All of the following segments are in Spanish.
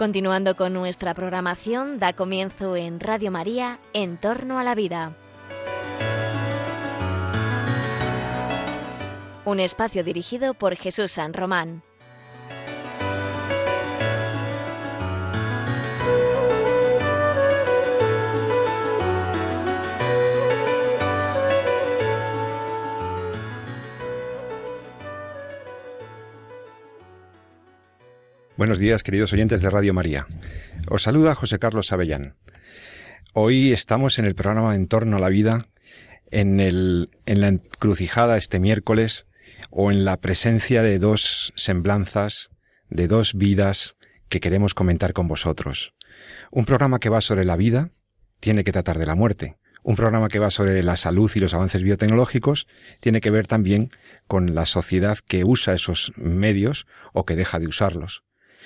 Continuando con nuestra programación, da comienzo en Radio María, En torno a la vida. Un espacio dirigido por Jesús San Román. Buenos días, queridos oyentes de Radio María. Os saluda José Carlos Avellán. Hoy estamos en el programa En torno a la vida, en la encrucijada este miércoles, o en la presencia de dos semblanzas, de dos vidas que queremos comentar con vosotros. Un programa que va sobre la vida tiene que tratar de la muerte. Un programa que va sobre la salud y los avances biotecnológicos tiene que ver también con la sociedad que usa esos medios o que deja de usarlos.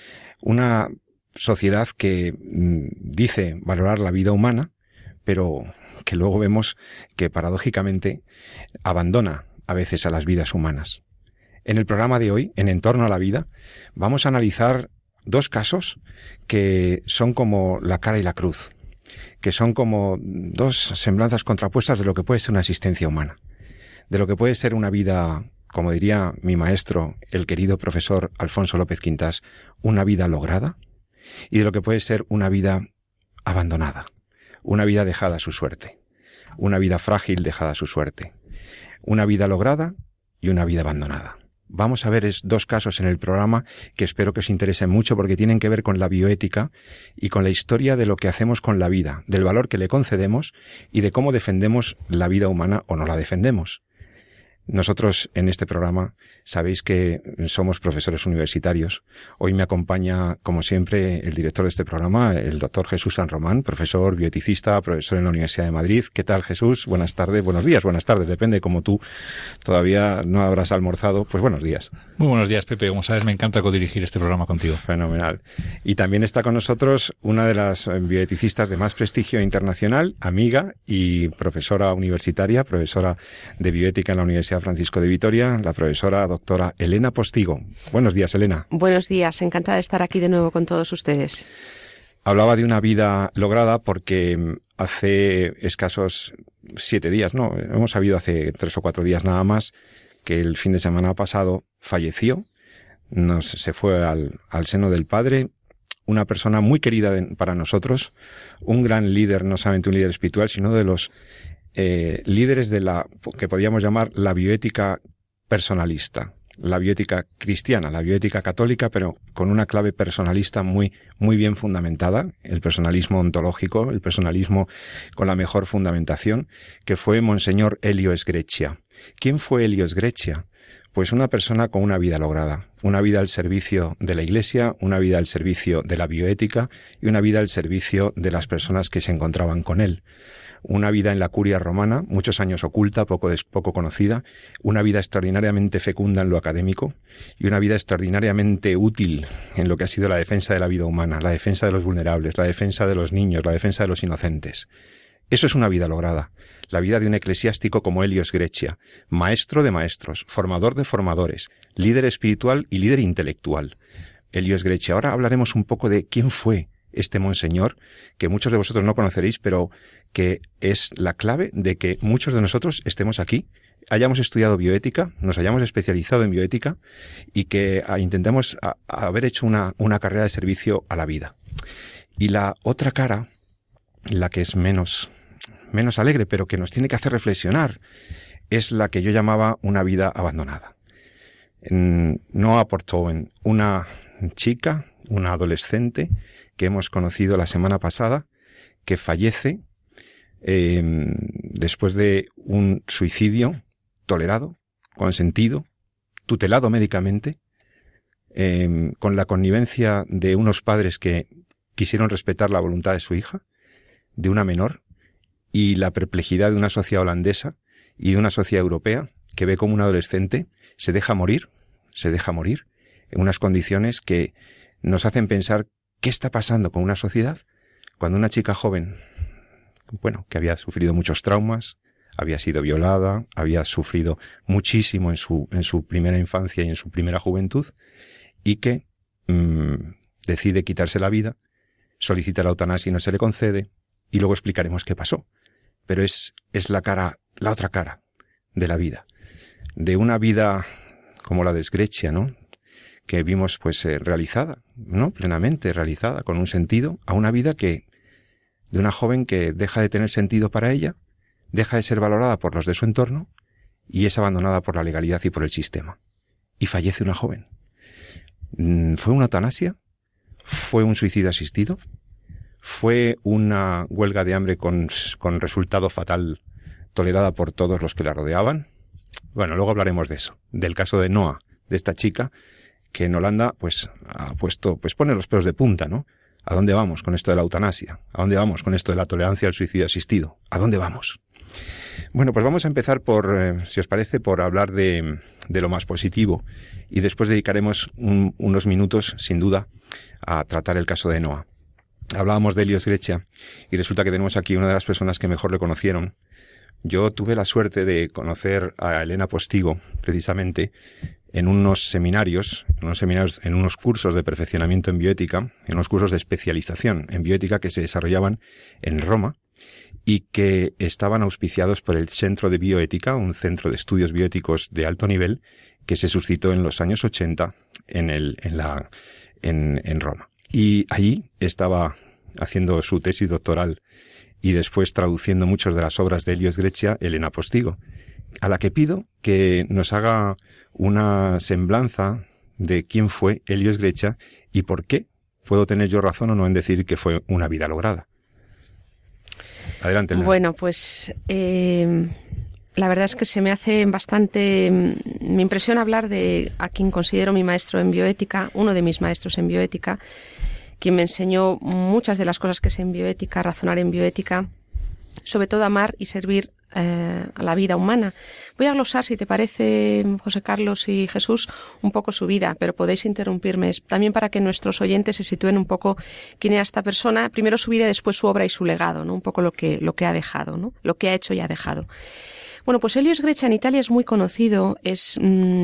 Una sociedad que dice valorar la vida humana, pero que luego vemos que paradójicamente abandona a veces a las vidas humanas. En el programa de hoy, en Torno a la Vida, vamos a analizar dos casos que son como la cara y la cruz, que son como dos semblanzas contrapuestas de lo que puede ser una existencia humana, de lo que puede ser una vida, como diría mi maestro, el querido profesor Alfonso López Quintás, una vida lograda, y de lo que puede ser una vida abandonada, una vida dejada a su suerte, una vida frágil dejada a su suerte, una vida lograda y una vida abandonada. Vamos a ver dos casos en el programa que espero que os interesen mucho porque tienen que ver con la bioética y con la historia de lo que hacemos con la vida, del valor que le concedemos y de cómo defendemos la vida humana o no la defendemos. Nosotros en este programa sabéis que somos profesores universitarios. Hoy me acompaña, como siempre, el director de este programa, el doctor Jesús San Román, profesor bioeticista, profesor en la Universidad de Madrid. ¿Qué tal, Jesús? Buenas tardes, buenos días, buenas tardes, depende, como tú todavía no habrás almorzado, pues buenos días. Muy buenos días, Pepe. Como sabes, me encanta codirigir este programa contigo. Fenomenal. Y también está con nosotros una de las bioeticistas de más prestigio internacional, amiga y profesora universitaria, profesora de bioética en la Universidad Francisco de Vitoria, la profesora doctora Elena Postigo. Buenos días, Elena. Buenos días, encantada de estar aquí de nuevo con todos ustedes. Hablaba de una vida lograda porque hace escasos 7 días, no, hemos sabido hace 3 o 4 días nada más, que el fin de semana pasado falleció, se fue al seno del Padre, una persona muy querida para nosotros, un gran líder, no solamente un líder espiritual, sino de los líderes de la que podríamos llamar la bioética personalista, la bioética cristiana, la bioética católica, pero con una clave personalista muy bien fundamentada, el personalismo ontológico, el personalismo con la mejor fundamentación, que fue Monseñor Elio Sgreccia. ¿Quién fue Elio Sgreccia? Pues una persona con una vida lograda, una vida al servicio de la Iglesia, una vida al servicio de la bioética y una vida al servicio de las personas que se encontraban con él. Una vida en la curia romana, muchos años oculta, poco conocida, una vida extraordinariamente fecunda en lo académico y una vida extraordinariamente útil en lo que ha sido la defensa de la vida humana, la defensa de los vulnerables, la defensa de los niños, la defensa de los inocentes. Eso es una vida lograda, la vida de un eclesiástico como Elio Sgreccia, maestro de maestros, formador de formadores, líder espiritual y líder intelectual. Elio Sgreccia. Ahora hablaremos un poco de quién fue este monseñor, que muchos de vosotros no conoceréis, pero que es la clave de que muchos de nosotros estemos aquí, hayamos estudiado bioética, nos hayamos especializado en bioética y que intentemos haber hecho una carrera de servicio a la vida. Y la otra cara, la que es menos alegre, pero que nos tiene que hacer reflexionar, es la que yo llamaba una vida abandonada. No aportó en una chica, una adolescente que hemos conocido la semana pasada, que fallece después de un suicidio tolerado, consentido, tutelado médicamente, con la connivencia de unos padres que quisieron respetar la voluntad de su hija, de una menor, y la perplejidad de una sociedad holandesa y de una sociedad europea que ve como un adolescente se deja morir en unas condiciones que nos hacen pensar qué está pasando con una sociedad cuando una chica joven, que había sufrido muchos traumas, había sido violada, había sufrido muchísimo en su primera infancia y en su primera juventud, y que decide quitarse la vida, solicita la eutanasia y no se le concede, y luego explicaremos qué pasó. Pero es la otra cara de la vida. De una vida como la de Sgreccia, ¿no? Que vimos realizada, ¿no? Plenamente realizada, con un sentido, a una vida de una joven que deja de tener sentido para ella, deja de ser valorada por los de su entorno y es abandonada por la legalidad y por el sistema. Y fallece una joven. ¿Fue una eutanasia? ¿Fue un suicidio asistido? ¿Fue una huelga de hambre con resultado fatal tolerada por todos los que la rodeaban? Bueno, luego hablaremos de eso, del caso de Noa, de esta chica que en Holanda pone los pelos de punta, ¿no? ¿A dónde vamos con esto de la eutanasia? ¿A dónde vamos con esto de la tolerancia al suicidio asistido? ¿A dónde vamos? Bueno, pues vamos a empezar si os parece, por hablar de lo más positivo y después dedicaremos unos minutos, sin duda, a tratar el caso de Noa. Hablábamos de Elio Sgreccia y resulta que tenemos aquí una de las personas que mejor le conocieron. Yo tuve la suerte de conocer a Elena Postigo, precisamente, en unos seminarios, en unos cursos de perfeccionamiento en bioética, en unos cursos de especialización en bioética que se desarrollaban en Roma y que estaban auspiciados por el Centro de Bioética, un centro de estudios bioéticos de alto nivel que se suscitó en los años 80 en Roma. Y allí estaba haciendo su tesis doctoral y después traduciendo muchas de las obras de Elio Sgreccia, Elena Postigo, a la que pido que nos haga una semblanza de quién fue Elio Sgreccia y por qué puedo tener yo razón o no en decir que fue una vida lograda. Adelante, Elena. Bueno, pues la verdad es que se me hace me impresiona hablar de a quien considero mi maestro en bioética, uno de mis maestros en bioética, quien me enseñó muchas de las cosas que sé en bioética, razonar en bioética, sobre todo amar y servir a la vida humana. Voy a glosar, si te parece, José Carlos y Jesús, un poco su vida, pero podéis interrumpirme también para que nuestros oyentes se sitúen un poco quién era esta persona, primero su vida y después su obra y su legado, ¿no? Un poco lo que ha dejado, ¿no? Lo que ha hecho y ha dejado. Bueno, pues Elio Sgreccia en Italia es muy conocido, es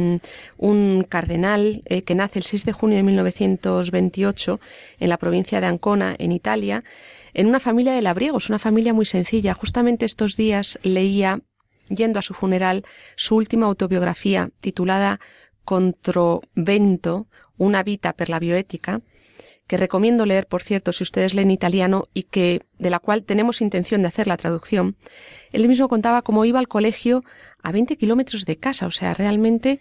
un cardenal que nace el 6 de junio de 1928 en la provincia de Ancona, en Italia, en una familia de labriegos, una familia muy sencilla. Justamente estos días leía, yendo a su funeral, su última autobiografía titulada Controvento, una vita per la bioética, que recomiendo leer, por cierto, si ustedes leen italiano y de la cual tenemos intención de hacer la traducción. Él mismo contaba cómo iba al colegio a 20 kilómetros de casa, o sea, realmente,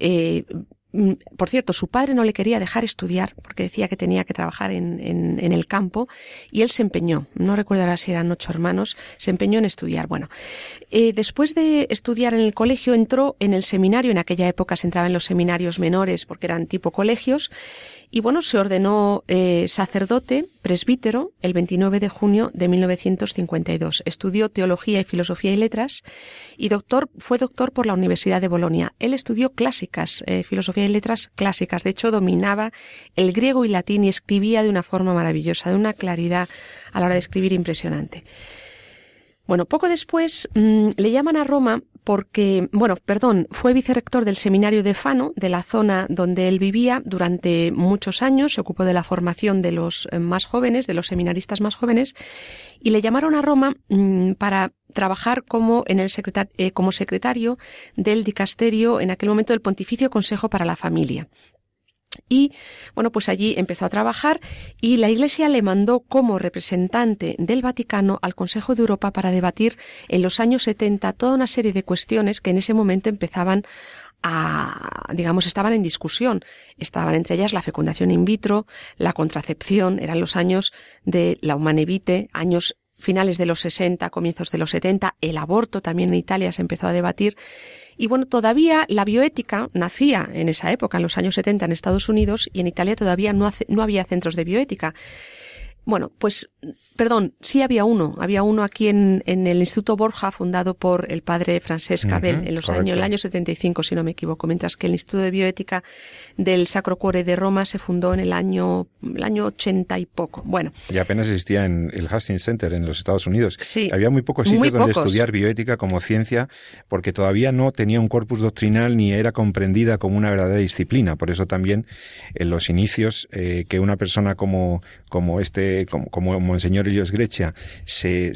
por cierto, su padre no le quería dejar estudiar porque decía que tenía que trabajar en el campo y él se empeñó, no recuerdo ahora si eran 8 hermanos, se empeñó en estudiar. Bueno, después de estudiar en el colegio entró en el seminario, en aquella época se entraba en los seminarios menores porque eran tipo colegios, y bueno, se ordenó sacerdote, presbítero, el 29 de junio de 1952. Estudió Teología y Filosofía y Letras y fue doctor por la Universidad de Bolonia. Él estudió clásicas, filosofía y letras clásicas. De hecho, dominaba el griego y latín y escribía de una forma maravillosa, de una claridad a la hora de escribir impresionante. Bueno, poco después le llaman a Roma fue vicerrector del seminario de Fano, de la zona donde él vivía durante muchos años, se ocupó de la formación de los más jóvenes, de los seminaristas más jóvenes, y le llamaron a Roma para trabajar como secretario del dicasterio, en aquel momento del Pontificio Consejo para la Familia. Y, bueno, pues allí empezó a trabajar y la Iglesia le mandó como representante del Vaticano al Consejo de Europa para debatir en los años 70 toda una serie de cuestiones que en ese momento estaban en discusión. Estaban entre ellas la fecundación in vitro, la contracepción, eran los años de la Humane Vitae, años finales de los 60, comienzos de los 70, el aborto también en Italia se empezó a debatir. Y bueno, todavía la bioética nacía en esa época, en los años 70 en Estados Unidos, y en Italia todavía no había centros de bioética. Bueno, pues, perdón, sí había uno aquí en el Instituto Borja, fundado por el padre Francesc Cabell en el año 75, si no me equivoco, mientras que el Instituto de Bioética del Sacro Cuore de Roma se fundó en el año 80 y poco. Bueno. Y apenas existía en el Hastings Center en los Estados Unidos. Sí. Había muy pocos sitios donde estudiar bioética como ciencia, porque todavía no tenía un corpus doctrinal ni era comprendida como una verdadera disciplina. Por eso también en los inicios que una persona como Monseñor Helios Grecia se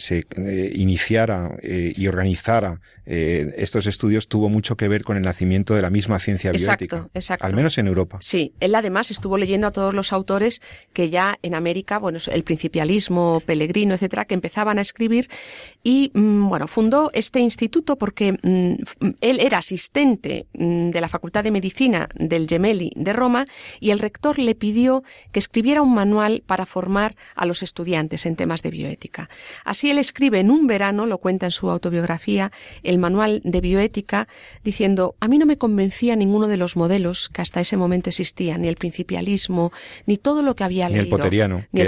iniciara y organizara estos estudios tuvo mucho que ver con el nacimiento de la misma ciencia bioética. Exacto. Al menos en Europa. Sí, él además estuvo leyendo a todos los autores que ya en América, bueno, el principialismo, Pellegrino, etcétera, que empezaban a escribir y, bueno, fundó este instituto porque él era asistente de la Facultad de Medicina del Gemelli de Roma y el rector le pidió que escribiera un manual para formar a los estudiantes en temas de bioética. Así él escribe en un verano, lo cuenta en su autobiografía, el manual de bioética, diciendo: a mí no me convencía ninguno de los modelos que hasta ese momento existían, ni el principialismo, ni todo lo que había leído. Ni el potteriano, que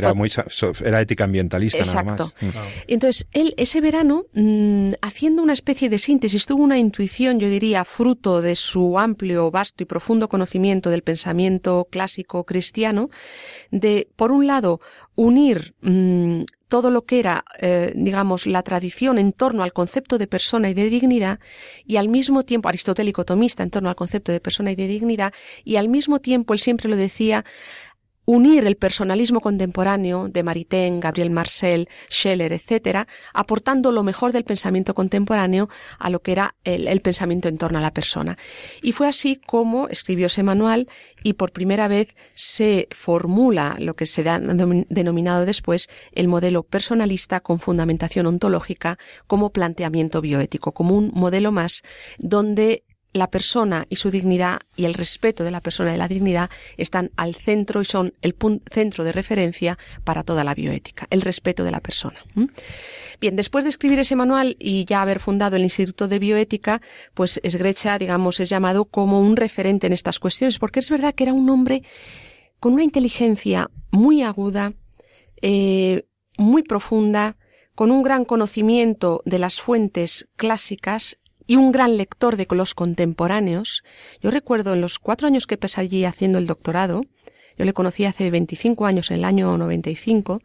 era ética ambientalista. Exacto. Nada más. Entonces, él ese verano, haciendo una especie de síntesis, tuvo una intuición, yo diría, fruto de su amplio, vasto y profundo conocimiento del pensamiento clásico cristiano, de, por un lado, unir todo lo que era, digamos, la tradición en torno al concepto de persona y de dignidad, y al mismo tiempo, aristotélico tomista en torno al concepto de persona y de dignidad, y al mismo tiempo, él siempre lo decía, unir el personalismo contemporáneo de Maritain, Gabriel Marcel, Scheler, etcétera, aportando lo mejor del pensamiento contemporáneo a lo que era el pensamiento en torno a la persona. Y fue así como escribió ese manual y por primera vez se formula lo que se ha denominado después el modelo personalista con fundamentación ontológica como planteamiento bioético, como un modelo más donde la persona y su dignidad y el respeto de la persona y de la dignidad están al centro y son el centro de referencia para toda la bioética, el respeto de la persona. Bien, después de escribir ese manual y ya haber fundado el Instituto de Bioética, pues Sgreccia, digamos, es llamado como un referente en estas cuestiones, porque es verdad que era un hombre con una inteligencia muy aguda, muy profunda, con un gran conocimiento de las fuentes clásicas y un gran lector de los contemporáneos. Yo recuerdo en los 4 años que pasé allí haciendo el doctorado, yo le conocí hace 25 años, en el año 95,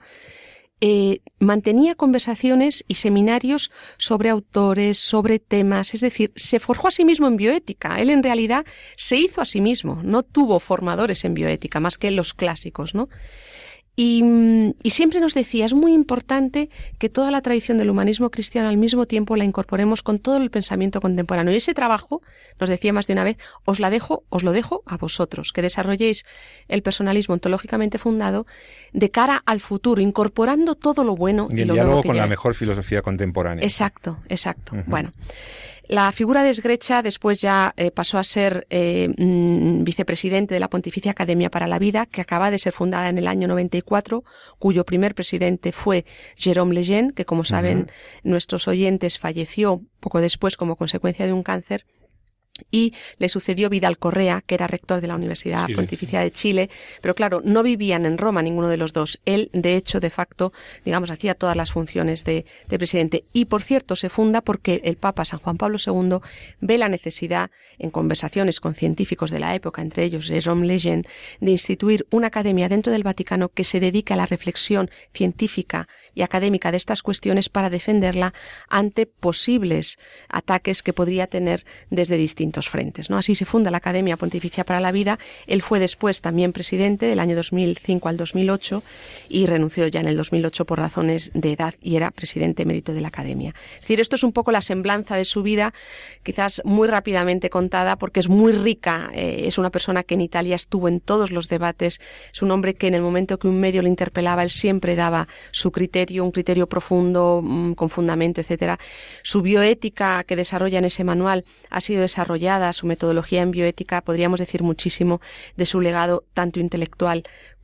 mantenía conversaciones y seminarios sobre autores, sobre temas, es decir, se forjó a sí mismo en bioética. Él en realidad se hizo a sí mismo, no tuvo formadores en bioética, más que los clásicos, ¿no? Y siempre nos decía, es muy importante que toda la tradición del humanismo cristiano al mismo tiempo la incorporemos con todo el pensamiento contemporáneo. Y ese trabajo, nos decía más de una vez, os lo dejo a vosotros, que desarrolléis el personalismo ontológicamente fundado de cara al futuro, incorporando todo lo bueno y lo diálogo nuevo que con ya la hay. mejor filosofía contemporánea. Exacto. Bueno. La figura de Sgreccia después ya pasó a ser vicepresidente de la Pontificia Academia para la Vida, que acaba de ser fundada en el año 94, cuyo primer presidente fue Jérôme Lejeune, que como saben nuestros oyentes falleció poco después como consecuencia de un cáncer. Y le sucedió Vidal Correa, que era rector de la Universidad Pontificia de Chile, pero claro, no vivían en Roma ninguno de los dos. Él, de hecho, de facto, digamos, hacía todas las funciones de presidente. Y, por cierto, se funda porque el Papa San Juan Pablo II ve la necesidad, en conversaciones con científicos de la época, entre ellos Jérôme Lejeune, de instituir una academia dentro del Vaticano que se dedique a la reflexión científica y académica de estas cuestiones para defenderla ante posibles ataques que podría tener desde distintos frentes, ¿no? Así se funda la Academia Pontificia para la Vida. Él fue después también presidente del año 2005 al 2008 y renunció ya en el 2008 por razones de edad y era presidente emérito de la Academia. Es decir, esto es un poco la semblanza de su vida, quizás muy rápidamente contada porque es muy rica. Es una persona que en Italia estuvo en todos los debates. Es un hombre que en el momento que un medio le interpelaba, él siempre daba su criterio, un criterio profundo, con fundamento, etcétera. Su bioética que desarrolla en ese manual ha sido desarrollada, su metodología en bioética, podríamos decir muchísimo de su legado tanto intelectual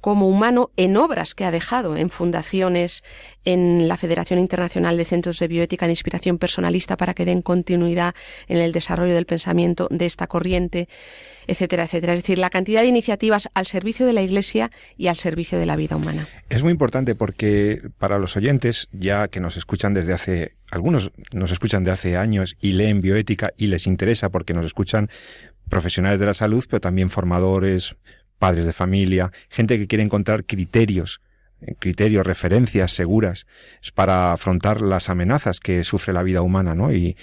como humano en obras que ha dejado, en fundaciones, en la Federación Internacional de Centros de Bioética de Inspiración Personalista para que den continuidad en el desarrollo del pensamiento de esta corriente, etcétera, etcétera. Es decir, la cantidad de iniciativas al servicio de la Iglesia y al servicio de la vida humana. Es muy importante porque para los oyentes, ya que nos escuchan desde hace, algunos nos escuchan de hace años y leen bioética y les interesa porque nos escuchan profesionales de la salud, pero también formadores, padres de familia, gente que quiere encontrar criterios, referencias seguras para afrontar las amenazas que sufre la vida humana, ¿no? Y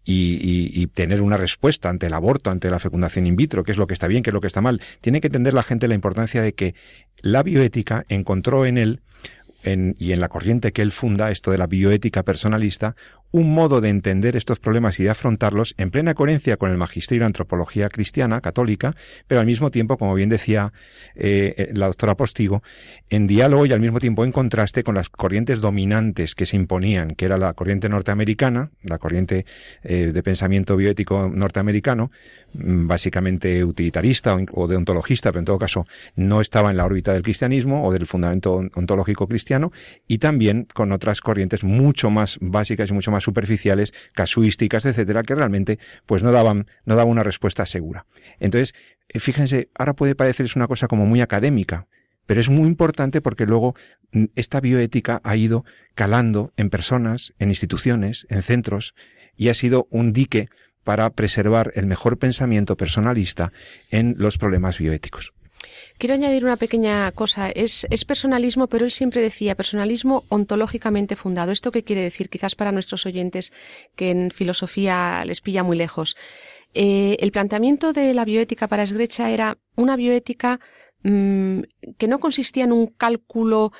tener una respuesta ante el aborto, ante la fecundación in vitro, qué es lo que está bien, qué es lo que está mal. Tiene que entender la gente la importancia de que la bioética encontró en él y en la corriente que él funda, esto de la bioética personalista, un modo de entender estos problemas y de afrontarlos en plena coherencia con el magisterio de antropología cristiana, católica, pero al mismo tiempo, como bien decía la doctora Postigo, en diálogo y al mismo tiempo en contraste con las corrientes dominantes que se imponían, que era la corriente norteamericana, la corriente de pensamiento bioético norteamericano, básicamente utilitarista o deontologista, pero en todo caso no estaba en la órbita del cristianismo o del fundamento ontológico cristiano, y también con otras corrientes mucho más básicas y mucho más superficiales, casuísticas, etcétera, que realmente pues no daban una respuesta segura. Entonces, fíjense, ahora puede parecerles una cosa como muy académica, pero es muy importante porque luego esta bioética ha ido calando en personas, en instituciones, en centros, y ha sido un dique para preservar el mejor pensamiento personalista en los problemas bioéticos. Quiero añadir una pequeña cosa. Es personalismo, pero él siempre decía personalismo ontológicamente fundado. ¿Esto qué quiere decir? Quizás para nuestros oyentes que en filosofía les pilla muy lejos. El planteamiento de la bioética para Sgreccia era una bioética que no consistía en un cálculo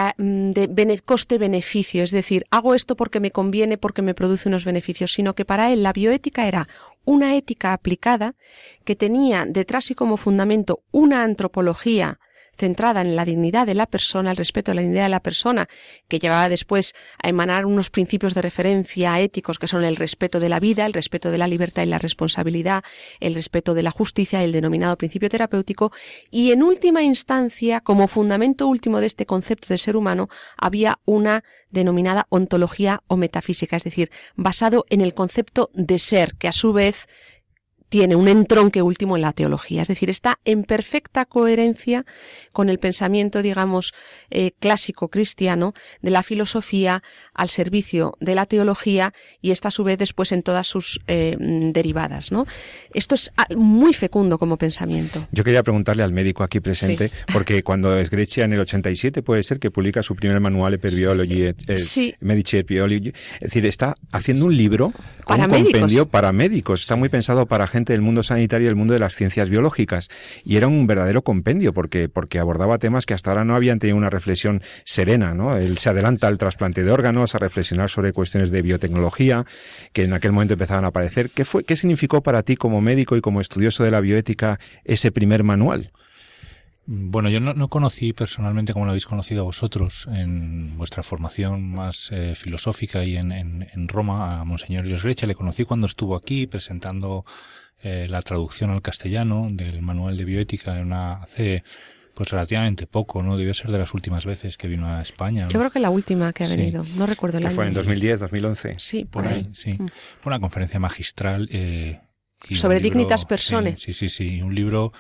de coste-beneficio, es decir, hago esto porque me conviene, porque me produce unos beneficios, sino que para él la bioética era una ética aplicada que tenía detrás y como fundamento una antropología centrada en la dignidad de la persona, el respeto a la dignidad de la persona, que llevaba después a emanar unos principios de referencia éticos que son el respeto de la vida, el respeto de la libertad y la responsabilidad, el respeto de la justicia, el denominado principio terapéutico, y en última instancia, como fundamento último de este concepto de ser humano, había una denominada ontología o metafísica, es decir, basado en el concepto de ser, que a su vez tiene un entronque último en la teología, es decir, está en perfecta coherencia con el pensamiento, digamos, clásico cristiano de la filosofía al servicio de la teología y está a su vez después en todas sus derivadas, ¿no? Esto es muy fecundo como pensamiento. Yo quería preguntarle al médico aquí presente, sí, porque cuando Sgreccia en el 87 puede ser que publica su primer manual Eper Biology, sí, Medici et Biology, es decir, está haciendo un libro con un compendio para médicos, está muy pensado para gente del mundo sanitario y del mundo de las ciencias biológicas, y era un verdadero compendio porque abordaba temas que hasta ahora no habían tenido una reflexión serena, ¿no? Él se adelanta al trasplante de órganos, a reflexionar sobre cuestiones de biotecnología que en aquel momento empezaban a aparecer. ¿Qué significó para ti como médico y como estudioso de la bioética ese primer manual? Bueno, yo no conocí personalmente como lo habéis conocido a vosotros en vuestra formación más filosófica y en Roma a Monseñor Sgreccia. Le conocí cuando estuvo aquí presentando la traducción al castellano del manual de bioética hace pues relativamente poco, ¿no? Debió ser de las últimas veces que vino a España, ¿no? Yo creo que la última que ha venido, no recuerdo el año. ¿Fue en 2010, 2011? Sí, por ahí. Sí. Fue una conferencia magistral sobre Dignitas Personae. Sí. Un libro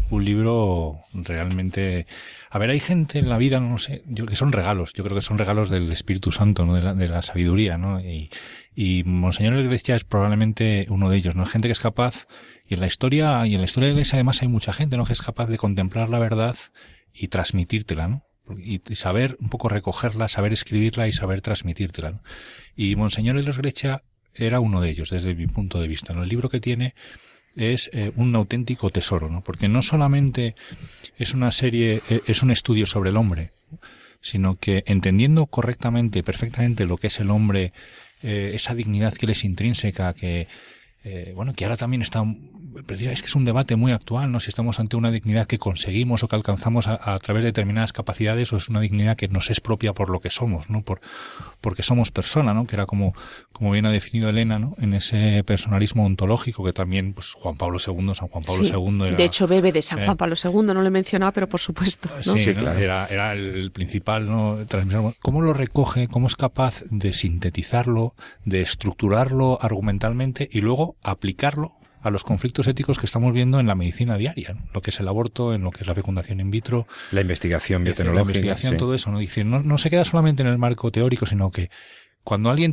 realmente. A ver, hay gente en la vida, no sé, que son regalos. Yo creo que son regalos del Espíritu Santo, ¿no? De la sabiduría, ¿no? Y Monseñor Sgreccia es probablemente uno de ellos, ¿no? Gente que es capaz, y en la historia de la Iglesia además hay mucha gente, ¿no? Que es capaz de contemplar la verdad y transmitírtela, ¿no? Y saber un poco recogerla, saber escribirla y saber transmitírtela, ¿no? Y Monseñor Sgreccia era uno de ellos, desde mi punto de vista, ¿no? El libro que tiene es un auténtico tesoro, ¿no? Porque no solamente es es un estudio sobre el hombre, sino que entendiendo correctamente, perfectamente lo que es el hombre, esa dignidad que le es intrínseca, que que ahora también está, es que es un debate muy actual, ¿no? Si estamos ante una dignidad que conseguimos o que alcanzamos a través de determinadas capacidades, o es una dignidad que nos es propia por lo que somos, ¿no? Porque somos persona, ¿no? Que era como bien ha definido Elena, ¿no? En ese personalismo ontológico que también, pues, San Juan Pablo II era, de hecho bebe de San Juan Pablo II, no lo he mencionado, pero por supuesto, ¿no? Sí, claro. Era el principal, ¿no? Transmisor. ¿Cómo lo recoge? ¿Cómo es capaz de sintetizarlo, de estructurarlo argumentalmente y luego aplicarlo a los conflictos éticos que estamos viendo en la medicina diaria, ¿no? Lo que es el aborto, en lo que es la fecundación in vitro, la investigación biotecnológica, sí. Todo eso, ¿no? Dice, no se queda solamente en el marco teórico, sino que cuando alguien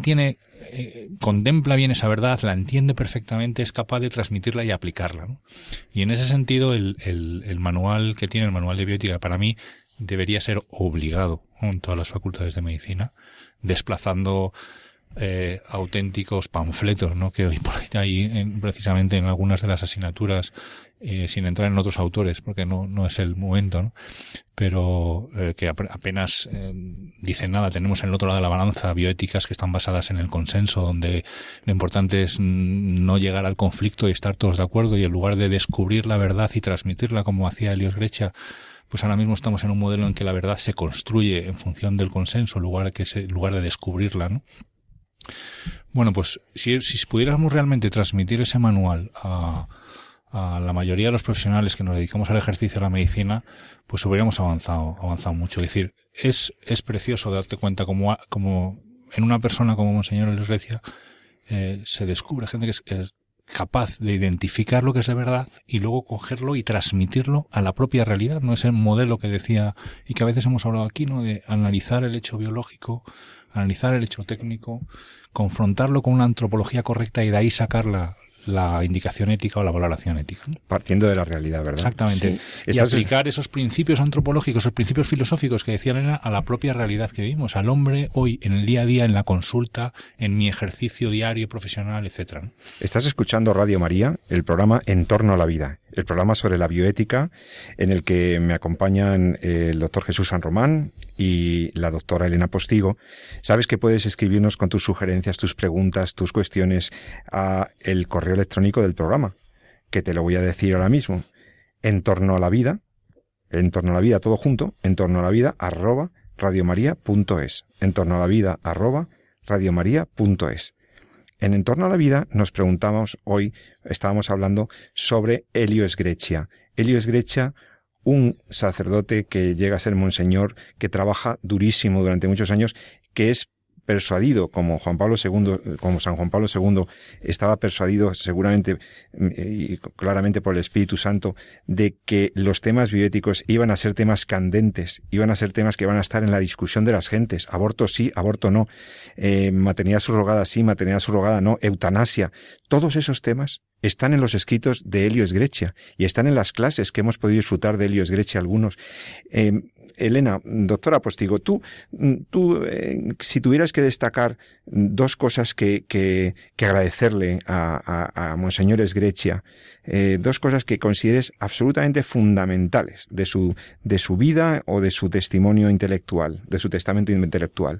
contempla bien esa verdad, la entiende perfectamente, es capaz de transmitirla y aplicarla, ¿no? Y en ese sentido, el manual que tiene, el manual de bioética, para mí debería ser obligado, ¿no? En todas las facultades de medicina, desplazando auténticos panfletos, ¿no? Que hoy por ahí hay precisamente en algunas de las asignaturas, sin entrar en otros autores, porque no es el momento, ¿no? Pero que apenas dicen nada. Tenemos en el otro lado de la balanza bioéticas que están basadas en el consenso, donde lo importante es no llegar al conflicto y estar todos de acuerdo, y en lugar de descubrir la verdad y transmitirla como hacía Elios Grecia, pues ahora mismo estamos en un modelo en que la verdad se construye en función del consenso, en lugar de descubrirla, ¿no? Bueno, pues si pudiéramos realmente transmitir ese manual a la mayoría de los profesionales que nos dedicamos al ejercicio de la medicina, pues hubiéramos avanzado mucho. Es decir, es precioso darte cuenta como en una persona como Monseñor Elios Grecia se descubre gente que es capaz de identificar lo que es de verdad y luego cogerlo y transmitirlo a la propia realidad, no ese modelo que decía, y que a veces hemos hablado aquí, ¿no? De analizar el hecho biológico, analizar el hecho técnico, confrontarlo con una antropología correcta y de ahí sacar la indicación ética o la valoración ética, ¿no? Partiendo de la realidad, ¿verdad? Exactamente. Sí. Y aplicar esos principios antropológicos, esos principios filosóficos que decía Elena, a la propia realidad que vivimos, al hombre hoy, en el día a día, en la consulta, en mi ejercicio diario, profesional, etcétera, ¿no? Estás escuchando Radio María, el programa En torno a la vida, el programa sobre la bioética, en el que me acompañan el doctor Jesús San Román y la doctora Elena Postigo. Sabes que puedes escribirnos con tus sugerencias, tus preguntas, tus cuestiones a el correo electrónico del programa, que te lo voy a decir ahora mismo. En torno a la vida todo junto, en torno a la vida @radiomaria.es, en torno a la vida @radiomaria.es. En torno a la vida nos preguntamos hoy, estábamos hablando sobre Elios Grecia. Elios Grecia, un sacerdote que llega a ser monseñor, que trabaja durísimo durante muchos años, que es persuadido, como San Juan Pablo II estaba persuadido seguramente y claramente por el Espíritu Santo de que los temas bioéticos iban a ser temas candentes, iban a ser temas que iban a estar en la discusión de las gentes. Aborto sí, aborto no, maternidad subrogada sí, maternidad subrogada no, eutanasia. Todos esos temas están en los escritos de Elios Grecia y están en las clases que hemos podido disfrutar de Elios Grecia algunos. Elena, doctora Postigo, tú si tuvieras que destacar dos cosas que agradecerle a Monseñor Elios Grecia, dos cosas que consideres absolutamente fundamentales de su vida o de su testimonio intelectual, de su testamento intelectual.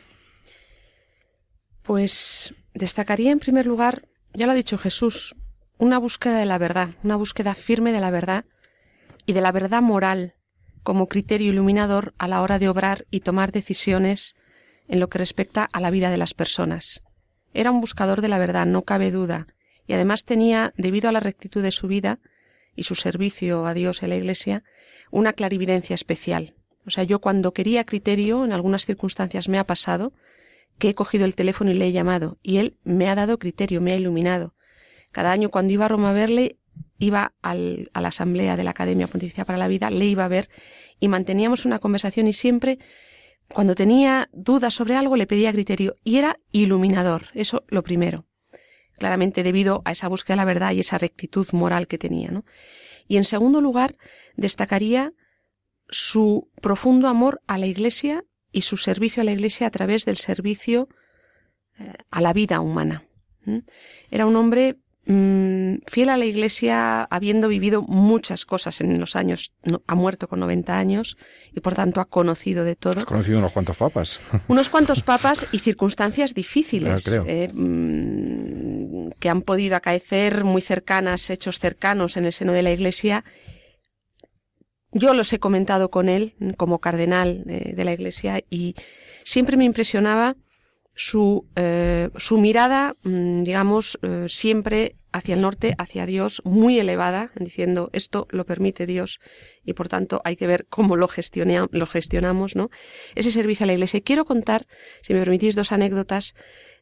Pues destacaría en primer lugar, ya lo ha dicho Jesús, una búsqueda de la verdad, una búsqueda firme de la verdad y de la verdad moral como criterio iluminador a la hora de obrar y tomar decisiones en lo que respecta a la vida de las personas. Era un buscador de la verdad, no cabe duda, y además tenía, debido a la rectitud de su vida y su servicio a Dios y a la Iglesia, una clarividencia especial. O sea, yo cuando quería criterio, en algunas circunstancias me ha pasado, que he cogido el teléfono y le he llamado, y él me ha dado criterio, me ha iluminado. Cada año cuando iba a Roma a verle, iba a la asamblea de la Academia Pontificia para la Vida, le iba a ver y manteníamos una conversación y siempre, cuando tenía dudas sobre algo, le pedía criterio y era iluminador, eso lo primero. Claramente debido a esa búsqueda de la verdad y esa rectitud moral que tenía, ¿no? Y en segundo lugar, destacaría su profundo amor a la Iglesia y su servicio a la Iglesia a través del servicio a la vida humana. Era un hombre fiel a la Iglesia, habiendo vivido muchas cosas en los años, ha muerto con 90 años y por tanto ha conocido de todo. Ha conocido unos cuantos papas. Unos cuantos papas y circunstancias difíciles, que han podido acaecer muy cercanas, hechos cercanos en el seno de la Iglesia, yo los he comentado con él como cardenal de la Iglesia y siempre me impresionaba su mirada, digamos, siempre hacia el norte, hacia Dios, muy elevada, diciendo esto lo permite Dios y por tanto hay que ver cómo lo gestionamos, ¿no? Ese servicio a la Iglesia. Y quiero contar, si me permitís, 2 anécdotas.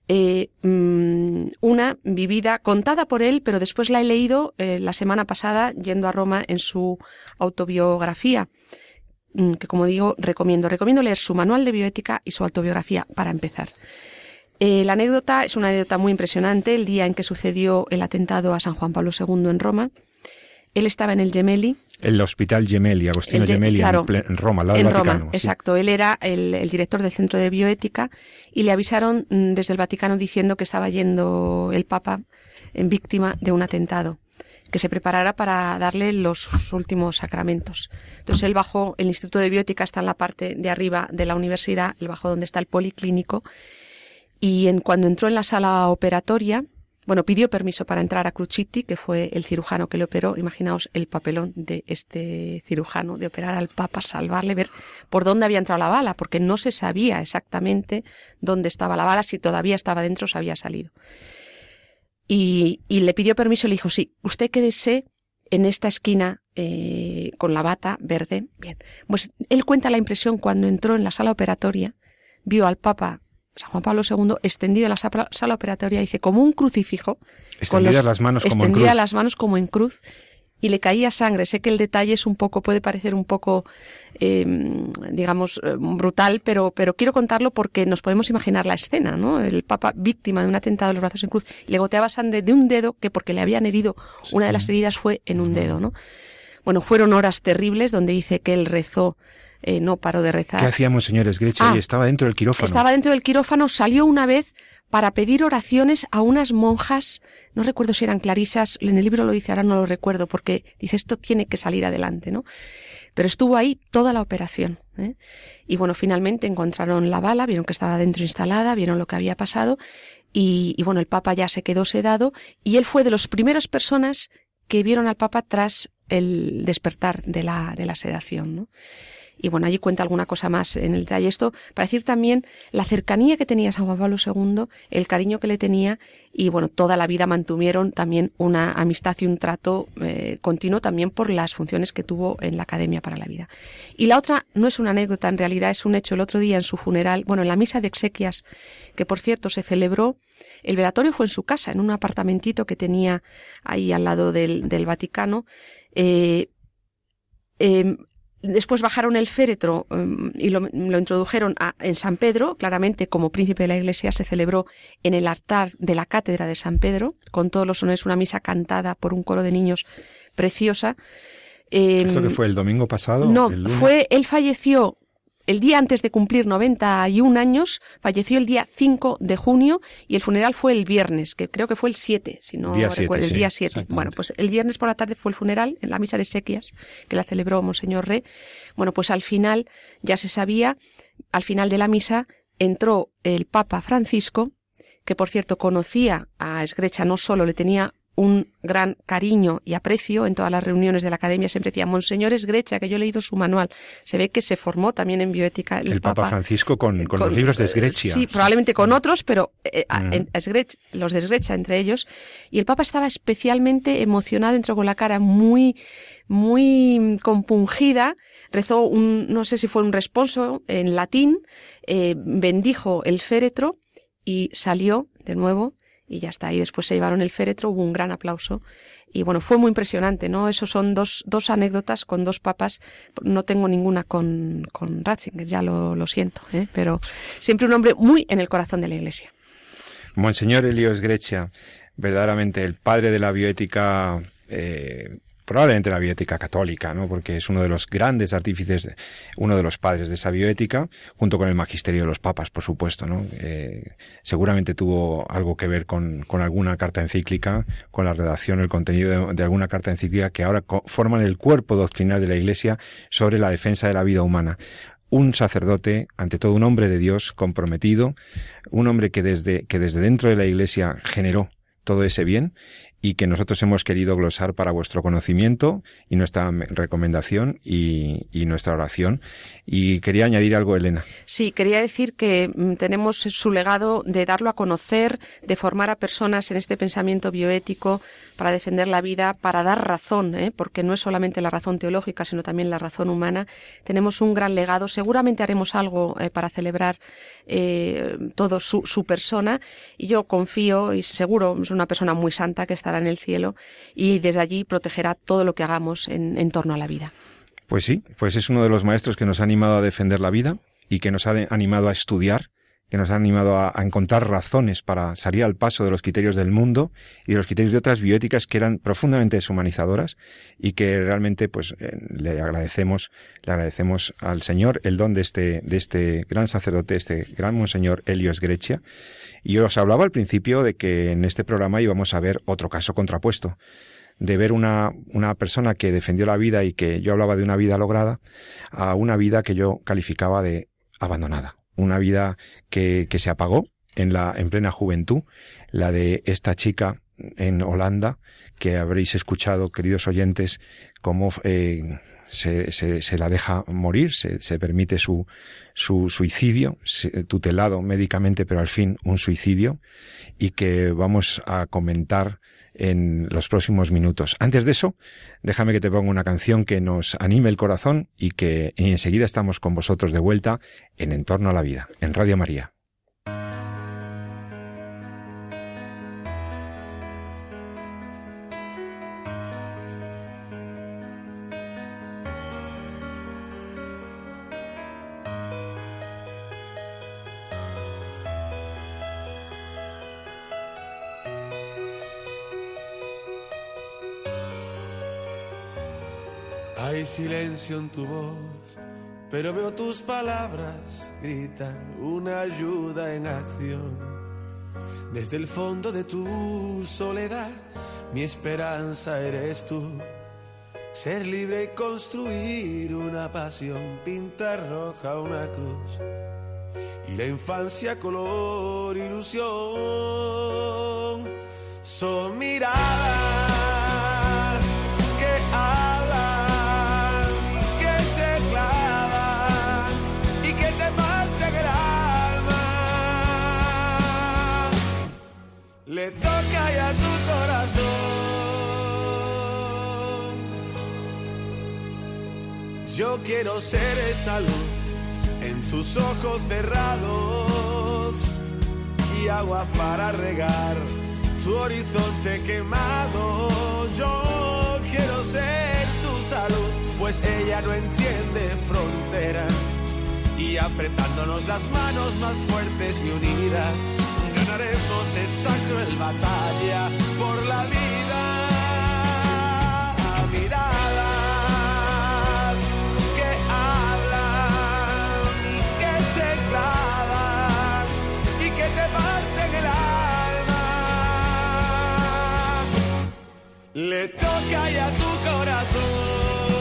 Una vivida, contada por él, pero después la he leído la semana pasada yendo a Roma en su autobiografía, que como digo, recomiendo leer su manual de bioética y su autobiografía para empezar. La anécdota es una anécdota muy impresionante. El día en que sucedió el atentado a San Juan Pablo II en Roma, él estaba en el Gemelli. El Hospital Gemelli, Agostino Gemelli, claro, en Roma, al lado del Vaticano. Roma, sí. Exacto. Él era el director del Centro de Bioética y le avisaron desde el Vaticano diciendo que estaba yendo el Papa víctima de un atentado, que se preparara para darle los últimos sacramentos. Entonces él bajó, el Instituto de Bioética está en la parte de arriba de la universidad, él bajó donde está el policlínico, y cuando entró en la sala operatoria, pidió permiso para entrar a Crucitti, que fue el cirujano que le operó. Imaginaos el papelón de este cirujano, de operar al Papa, salvarle, ver por dónde había entrado la bala, porque no se sabía exactamente dónde estaba la bala, si todavía estaba dentro o se había salido. Y le pidió permiso y le dijo, sí, usted quédese en esta esquina con la bata verde. Bien, pues él cuenta la impresión cuando entró en la sala operatoria, vio al Papa San Juan Pablo II extendido en la sala operatoria, dice, como un crucifijo, extendidas las manos como en cruz, y le caía sangre. Sé que el detalle es puede parecer un poco, brutal, pero quiero contarlo porque nos podemos imaginar la escena, ¿no? El Papa víctima de un atentado, los brazos en cruz, y le goteaba sangre de un dedo que porque le habían herido, una de las heridas fue en un dedo, ¿no? Bueno, fueron horas terribles donde dice que él rezó, no paró de rezar. ¿Qué hacía Monseñor Sgreccia? Estaba dentro del quirófano. Estaba dentro del quirófano, salió una vez para pedir oraciones a unas monjas, no recuerdo si eran clarisas, en el libro lo dice, ahora no lo recuerdo, porque dice esto tiene que salir adelante, ¿no? Pero estuvo ahí toda la operación, ¿eh? Y bueno, finalmente encontraron la bala, vieron que estaba dentro instalada, vieron lo que había pasado, y bueno, el Papa ya se quedó sedado, y él fue de las primeras personas que vieron al Papa tras el despertar de la sedación, ¿no? Y bueno, allí cuenta alguna cosa más en el detalle. Esto para decir también la cercanía que tenía San Juan Pablo II, el cariño que le tenía, y bueno, toda la vida mantuvieron también una amistad y un trato continuo también por las funciones que tuvo en la Academia para la Vida. Y la otra no es una anécdota, en realidad es un hecho. El otro día en su funeral, en la misa de exequias, que por cierto se celebró, el velatorio fue en su casa, en un apartamentito que tenía ahí al lado del Vaticano. Después bajaron el féretro y lo introdujeron en San Pedro, claramente como príncipe de la Iglesia. Se celebró en el altar de la cátedra de San Pedro, con todos los honores, una misa cantada por un coro de niños preciosa. ¿Esto que fue el domingo pasado? No, él falleció el día antes de cumplir 91 años, falleció el día 5 de junio y el funeral fue el viernes, que creo que fue el 7, si no recuerdo, el día 7. Bueno, pues el viernes por la tarde fue el funeral en la misa de exequias, que la celebró Monseñor Re. Bueno, pues al final, ya se sabía, al final de la misa entró el Papa Francisco, que por cierto conocía a Sgreccia, no solo le tenía un gran cariño y aprecio. En todas las reuniones de la Academia siempre decía Monseñor Sgreccia, que yo he leído su manual. Se ve que se formó también en bioética el Papa Francisco con los libros de Sgreccia. Sí, probablemente con otros, pero los de Sgreccia entre ellos. Y el Papa estaba especialmente emocionado, entró con la cara muy, muy compungida. Rezó no sé si fue un responso en latín, bendijo el féretro y salió de nuevo. Y ya está, y después se llevaron el féretro, hubo un gran aplauso, y bueno, fue muy impresionante, ¿no? Esos son dos anécdotas con dos papas, no tengo ninguna con Ratzinger, ya lo siento, pero siempre un hombre muy en el corazón de la Iglesia. Monseñor Elio Sgreccia, verdaderamente el padre de la bioética, probablemente la bioética católica, ¿no? Porque es uno de los grandes artífices, uno de los padres de esa bioética, junto con el magisterio de los papas, por supuesto, ¿no? Seguramente tuvo algo que ver con alguna carta encíclica, con la redacción, el contenido de alguna carta encíclica que ahora forman el cuerpo doctrinal de la Iglesia sobre la defensa de la vida humana. Un sacerdote, ante todo un hombre de Dios comprometido, un hombre que desde dentro de la Iglesia generó todo ese bien y que nosotros hemos querido glosar para vuestro conocimiento y nuestra recomendación y nuestra oración. Y quería añadir algo, Elena. Sí, quería decir que tenemos su legado de darlo a conocer, de formar a personas en este pensamiento bioético para defender la vida, para dar razón, porque no es solamente la razón teológica, sino también la razón humana. Tenemos un gran legado. Seguramente haremos algo para celebrar todo su persona, y yo confío y seguro es una persona muy santa que estará en el cielo y desde allí protegerá todo lo que hagamos en torno a la vida. Pues sí, pues es uno de los maestros que nos ha animado a defender la vida y que nos ha animado a estudiar, que nos ha animado a encontrar razones para salir al paso de los criterios del mundo y de los criterios de otras bioéticas que eran profundamente deshumanizadoras, y que realmente pues le agradecemos al Señor el don de este gran sacerdote, este gran monseñor Elio Sgreccia. Y yo os hablaba al principio de que en este programa íbamos a ver otro caso contrapuesto, de ver una persona que defendió la vida y que yo hablaba de una vida lograda, a una vida que yo calificaba de abandonada. Una vida que se apagó en plena juventud, la de esta chica en Holanda, que habréis escuchado, queridos oyentes, cómo se la deja morir, se permite su suicidio, tutelado médicamente, pero al fin un suicidio, y que vamos a comentar en los próximos minutos. Antes de eso, déjame que te ponga una canción que nos anime el corazón y enseguida estamos con vosotros de vuelta en Torno a la Vida, en Radio María. Hay silencio en tu voz, pero veo tus palabras, gritan una ayuda en acción. Desde el fondo de tu soledad, mi esperanza eres tú. Ser libre y construir una pasión, pintar roja una cruz. Y la infancia color ilusión. Son miradas que le toca ya tu corazón. Yo quiero ser esa luz en tus ojos cerrados y agua para regar tu horizonte quemado. Yo quiero ser tu salud, pues ella no entiende fronteras, y apretándonos las manos más fuertes y unidas ganaremos esa cruel batalla por la vida. Miradas que hablan y que se clavan y que te parten el alma. Le toca ya tu corazón.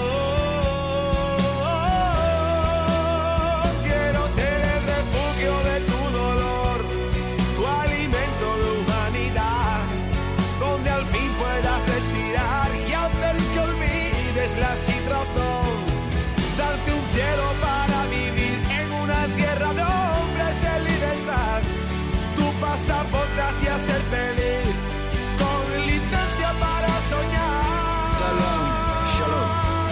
La situación, darte un cielo para vivir en una tierra de hombres en libertad. Tu pasaporte hacia ser feliz, con licencia para soñar. Shalom, shalom.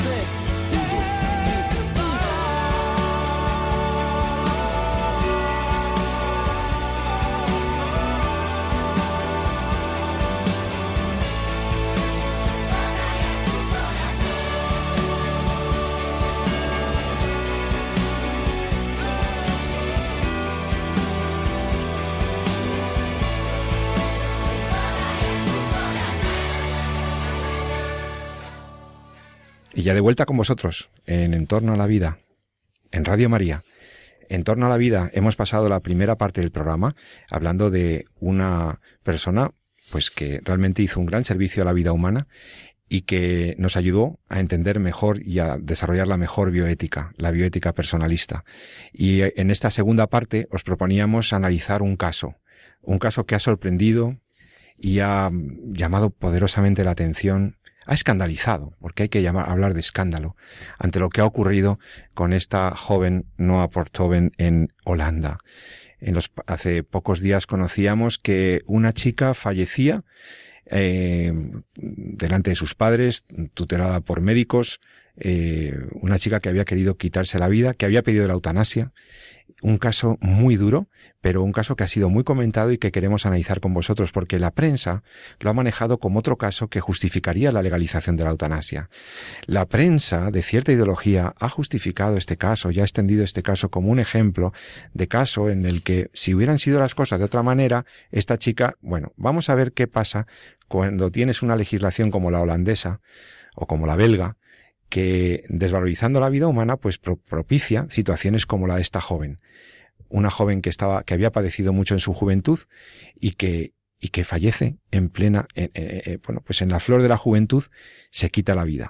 Y ya de vuelta con vosotros en Torno a la Vida, en Radio María. En Torno a la Vida hemos pasado la primera parte del programa hablando de una persona pues que realmente hizo un gran servicio a la vida humana y que nos ayudó a entender mejor y a desarrollar la mejor bioética, la bioética personalista. Y en esta segunda parte os proponíamos analizar un caso que ha sorprendido y ha llamado poderosamente la atención, ha escandalizado, porque hay que hablar de escándalo, ante lo que ha ocurrido con esta joven Noa Porthoven en Holanda. Hace pocos días conocíamos que una chica fallecía delante de sus padres, tutelada por médicos, una chica que había querido quitarse la vida, que había pedido la eutanasia. Un caso muy duro, pero un caso que ha sido muy comentado y que queremos analizar con vosotros, porque la prensa lo ha manejado como otro caso que justificaría la legalización de la eutanasia. La prensa de cierta ideología ha justificado este caso y ha extendido este caso como un ejemplo de caso en el que, si hubieran sido las cosas de otra manera, esta chica, bueno, vamos a ver qué pasa cuando tienes una legislación como la holandesa o como la belga, que desvalorizando la vida humana pues propicia situaciones como la de esta joven, una joven que había padecido mucho en su juventud y que fallece en plena pues en la flor de la juventud, se quita la vida.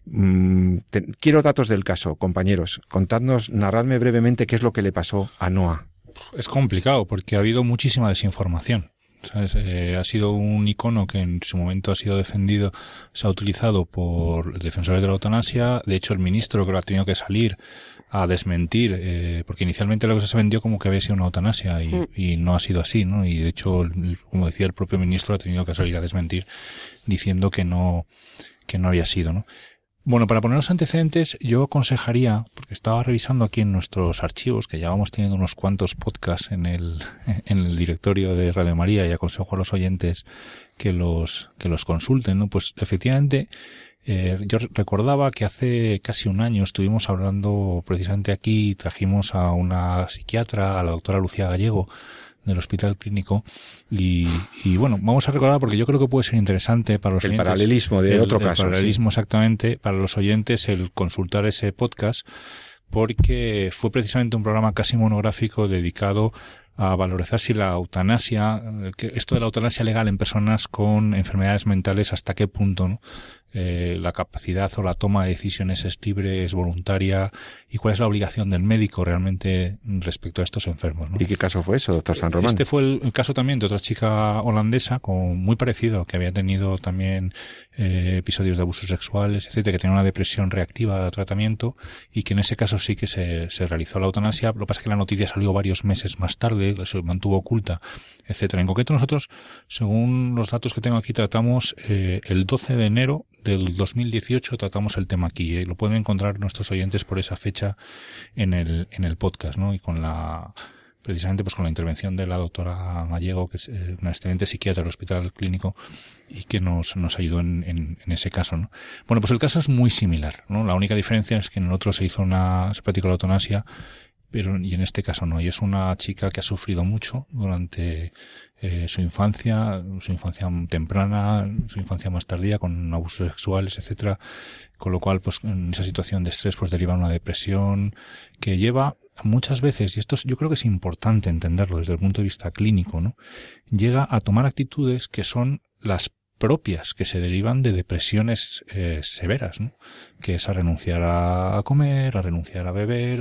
Quiero datos del caso, compañeros. Narradme brevemente qué es lo que le pasó a Noa. Es complicado porque ha habido muchísima desinformación. ¿Sabes? Ha sido un icono que en su momento ha sido defendido, se ha utilizado por defensores de la eutanasia. De hecho, el ministro creo que ha tenido que salir a desmentir, porque inicialmente lo que se vendió como que había sido una eutanasia y no ha sido así, ¿no? Y de hecho, como decía el propio ministro, ha tenido que salir a desmentir diciendo que no había sido, ¿no? Bueno, para poner los antecedentes, yo aconsejaría, porque estaba revisando aquí en nuestros archivos, que ya vamos teniendo unos cuantos podcasts en el directorio de Radio María, y aconsejo a los oyentes que los consulten, ¿no? Pues efectivamente, yo recordaba que hace casi un año estuvimos hablando precisamente aquí, trajimos a una psiquiatra, a la doctora Lucía Gallego, del Hospital Clínico, y bueno, vamos a recordar porque yo creo que puede ser interesante para los oyentes. El paralelismo de otro caso. El paralelismo, sí. Exactamente, para los oyentes el consultar ese podcast, porque fue precisamente un programa casi monográfico dedicado a valorizar si la eutanasia, esto de la eutanasia legal en personas con enfermedades mentales, hasta qué punto, ¿no? La capacidad o la toma de decisiones es libre, es voluntaria, y cuál es la obligación del médico realmente respecto a estos enfermos, ¿no? ¿Y qué caso fue eso, doctor San Román? Este fue el caso también de otra chica holandesa muy parecido, que había tenido también episodios de abusos sexuales, etcétera, que tenía una depresión reactiva de tratamiento, y que en ese caso sí que se realizó la eutanasia. Lo que pasa es que la noticia salió varios meses más tarde, se mantuvo oculta, etcétera. En concreto nosotros, según los datos que tengo aquí, tratamos el 12 de enero del 2018 tratamos el tema aquí. Lo pueden encontrar nuestros oyentes por esa fecha en el podcast, ¿no? Y precisamente pues con la intervención de la doctora Gallego, que es una excelente psiquiatra del Hospital Clínico y que nos ayudó en ese caso, ¿no? Bueno, pues el caso es muy similar, ¿no? La única diferencia es que en el otro se practicó la eutanasia, y en este caso no. Y es una chica que ha sufrido mucho durante su infancia temprana, su infancia más tardía, con abusos sexuales, etcétera, con lo cual pues en esa situación de estrés pues deriva una depresión que lleva muchas veces, y esto yo creo que es importante entenderlo desde el punto de vista clínico, ¿no? Llega a tomar actitudes que son las propias, que se derivan de depresiones severas, ¿no? Que es a renunciar a comer, a renunciar a beber,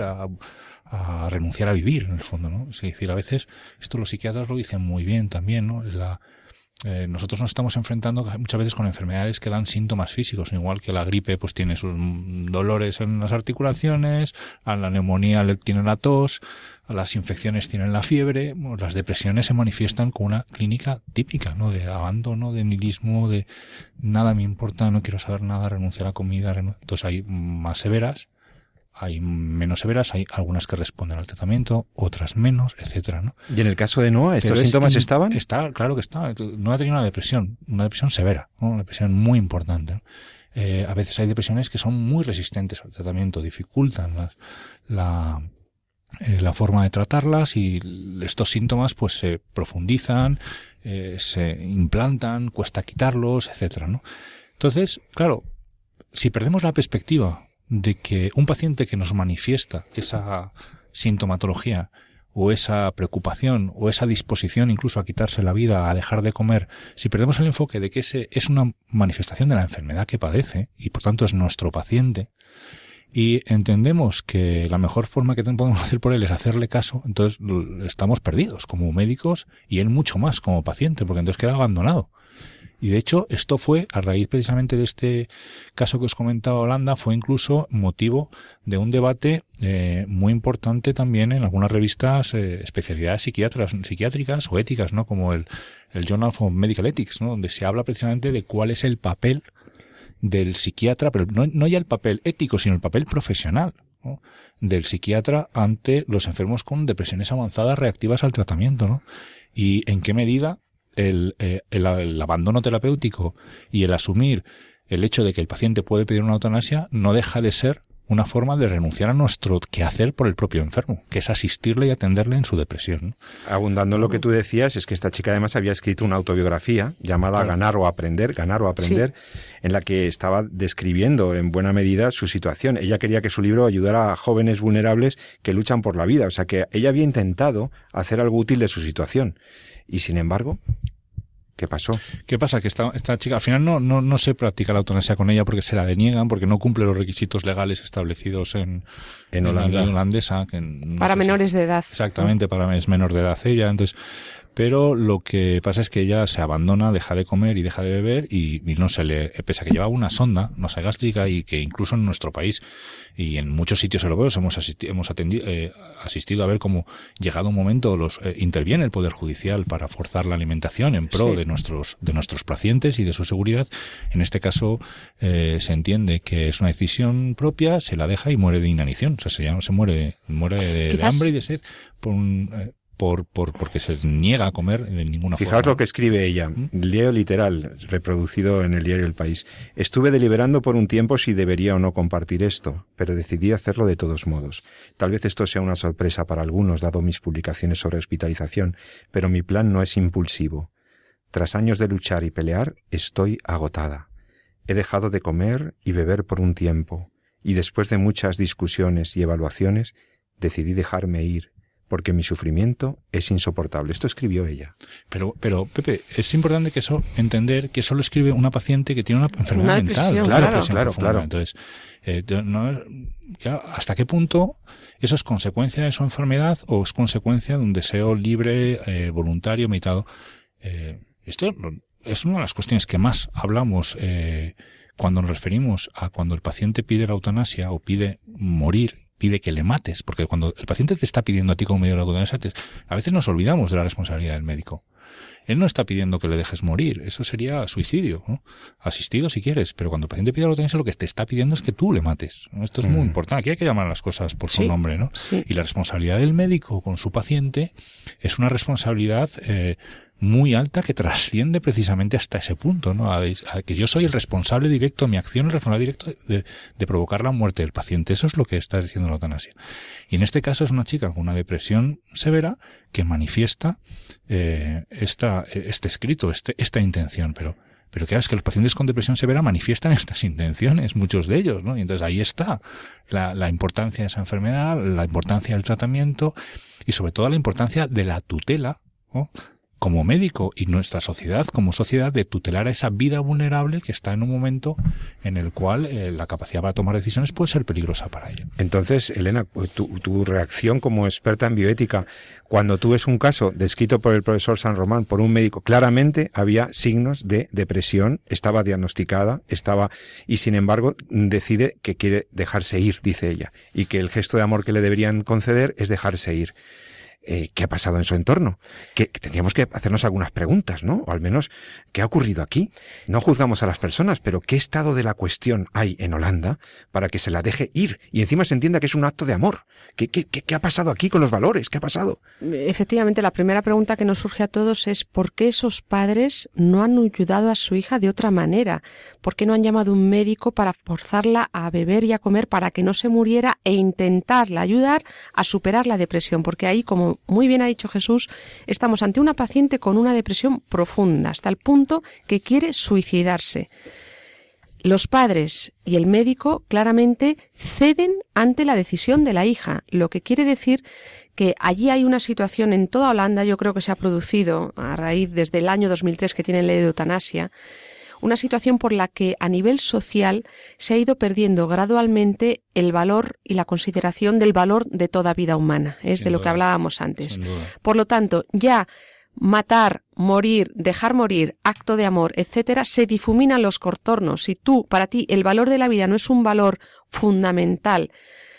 a renunciar a vivir, en el fondo, ¿no? Es decir, a veces, esto los psiquiatras lo dicen muy bien también, ¿no? Nosotros nos estamos enfrentando muchas veces con enfermedades que dan síntomas físicos, igual que la gripe pues tiene sus dolores en las articulaciones, a la neumonía tiene la tos, a las infecciones tienen la fiebre. Bueno, las depresiones se manifiestan con una clínica típica, ¿no? De abandono, de nihilismo, de nada me importa, no quiero saber nada, renunciar a la comida. Entonces hay más severas, hay menos severas, hay algunas que responden al tratamiento, otras menos, etcétera, ¿no? ¿Y en el caso de Noa, estos síntomas estaban? Claro que está. Noa tenía una depresión severa, ¿no? Una depresión muy importante, ¿no? A veces hay depresiones que son muy resistentes al tratamiento, dificultan la forma de tratarlas, y estos síntomas pues se profundizan, se implantan, cuesta quitarlos, etcétera, ¿no? Entonces, claro, si perdemos la perspectiva de que un paciente que nos manifiesta esa sintomatología o esa preocupación o esa disposición incluso a quitarse la vida, a dejar de comer, si perdemos el enfoque de que ese es una manifestación de la enfermedad que padece y por tanto es nuestro paciente, y entendemos que la mejor forma que podemos hacer por él es hacerle caso, entonces estamos perdidos como médicos y él mucho más como paciente, porque entonces queda abandonado. Y de hecho, esto fue, a raíz precisamente de este caso que os comentaba Holanda, fue incluso motivo de un debate muy importante también en algunas revistas especialidades psiquiátricas o éticas, ¿no? Como el Journal of Medical Ethics, ¿no? Donde se habla precisamente de cuál es el papel del psiquiatra, pero no ya el papel ético, sino el papel profesional, ¿no? Del psiquiatra ante los enfermos con depresiones avanzadas reactivas al tratamiento, ¿no? Y en qué medida el abandono terapéutico y el asumir el hecho de que el paciente puede pedir una eutanasia no deja de ser una forma de renunciar a nuestro quehacer por el propio enfermo, que es asistirle y atenderle en su depresión, ¿no? Abundando en lo que tú decías, es que esta chica además había escrito una autobiografía llamada Ganar o Aprender, sí, en la que estaba describiendo en buena medida su situación. Ella quería que su libro ayudara a jóvenes vulnerables que luchan por la vida, o sea que ella había intentado hacer algo útil de su situación. Y sin embargo, ¿qué pasó? ¿Qué pasa? Que esta chica al final no se practica la eutanasia con ella porque se la deniegan, porque no cumple los requisitos legales establecidos en Holanda. La holandesa. Que para menores de edad. Exactamente, es menor de edad ella. Entonces, pero lo que pasa es que ella se abandona, deja de comer y deja de beber y no se le, pese a que llevaba una sonda nasogástrica y que incluso en nuestro país y en muchos sitios europeos hemos asistido a ver cómo llegado un momento interviene el Poder Judicial para forzar la alimentación en pro de nuestros pacientes y de su seguridad. En este caso se entiende que es una decisión propia, se la deja y muere de inanición, o sea, se muere de hambre y de sed porque se niega a comer de ninguna forma. Fijaos lo que escribe ella, leo literal, reproducido en el diario El País. Estuve deliberando por un tiempo si debería o no compartir esto, pero decidí hacerlo de todos modos. Tal vez esto sea una sorpresa para algunos, dado mis publicaciones sobre hospitalización, pero mi plan no es impulsivo. Tras años de luchar y pelear, estoy agotada. He dejado de comer y beber por un tiempo, y después de muchas discusiones y evaluaciones, decidí dejarme ir, porque mi sufrimiento es insoportable. Esto escribió ella. Pero Pepe, es importante que entender que eso lo escribe una paciente que tiene una enfermedad mental. Claro. Entonces, ¿hasta qué punto eso es consecuencia de su enfermedad o es consecuencia de un deseo libre, voluntario, meditado? Esto es una de las cuestiones que más hablamos cuando nos referimos a cuando el paciente pide la eutanasia o pide morir, pide que le mates, porque cuando el paciente te está pidiendo a ti como medio de la eutanasia, a veces nos olvidamos de la responsabilidad del médico. Él no está pidiendo que le dejes morir, eso sería suicidio, ¿no? Asistido si quieres, pero cuando el paciente pide la eutanasia lo que te está pidiendo es que tú le mates, ¿no? Esto es muy importante, aquí hay que llamar a las cosas por su nombre, ¿no? Sí. Y la responsabilidad del médico con su paciente es una responsabilidad muy alta que trasciende precisamente hasta ese punto, ¿no? A que yo soy el responsable directo, mi acción es el responsable directo de provocar la muerte del paciente. Eso es lo que está diciendo la eutanasia. Y en este caso es una chica con una depresión severa que manifiesta este escrito, esta intención, pero claro, es que los pacientes con depresión severa manifiestan estas intenciones, muchos de ellos, ¿no? Y entonces ahí está la importancia de esa enfermedad, la importancia del tratamiento y sobre todo la importancia de la tutela, ¿no? Como médico y nuestra sociedad como sociedad de tutelar a esa vida vulnerable que está en un momento en el cual la capacidad para tomar decisiones puede ser peligrosa para ella. Entonces, Elena, tu reacción como experta en bioética, cuando tú ves un caso descrito por el profesor San Román, por un médico, claramente había signos de depresión, estaba diagnosticada, y sin embargo decide que quiere dejarse ir, dice ella, y que el gesto de amor que le deberían conceder es dejarse ir. ¿Qué ha pasado en su entorno? Que tendríamos que hacernos algunas preguntas, ¿no? O al menos, ¿qué ha ocurrido aquí? No juzgamos a las personas, pero ¿qué estado de la cuestión hay en Holanda para que se la deje ir? Y encima se entienda que es un acto de amor. ¿Qué ha pasado aquí con los valores? ¿Qué ha pasado? Efectivamente, la primera pregunta que nos surge a todos es ¿por qué esos padres no han ayudado a su hija de otra manera? ¿Por qué no han llamado a un médico para forzarla a beber y a comer para que no se muriera e intentarla ayudar a superar la depresión? Porque ahí, como muy bien ha dicho Jesús, estamos ante una paciente con una depresión profunda, hasta el punto que quiere suicidarse. Los padres y el médico claramente ceden ante la decisión de la hija, lo que quiere decir que allí hay una situación en toda Holanda, yo creo que se ha producido a raíz desde el año 2003 que tienen ley de eutanasia, una situación por la que a nivel social se ha ido perdiendo gradualmente el valor y la consideración del valor de toda vida humana, es de lo que hablábamos antes. Por lo tanto, ya matar, morir, dejar morir, acto de amor, etcétera, se difuminan los contornos. Si para ti, el valor de la vida no es un valor fundamental,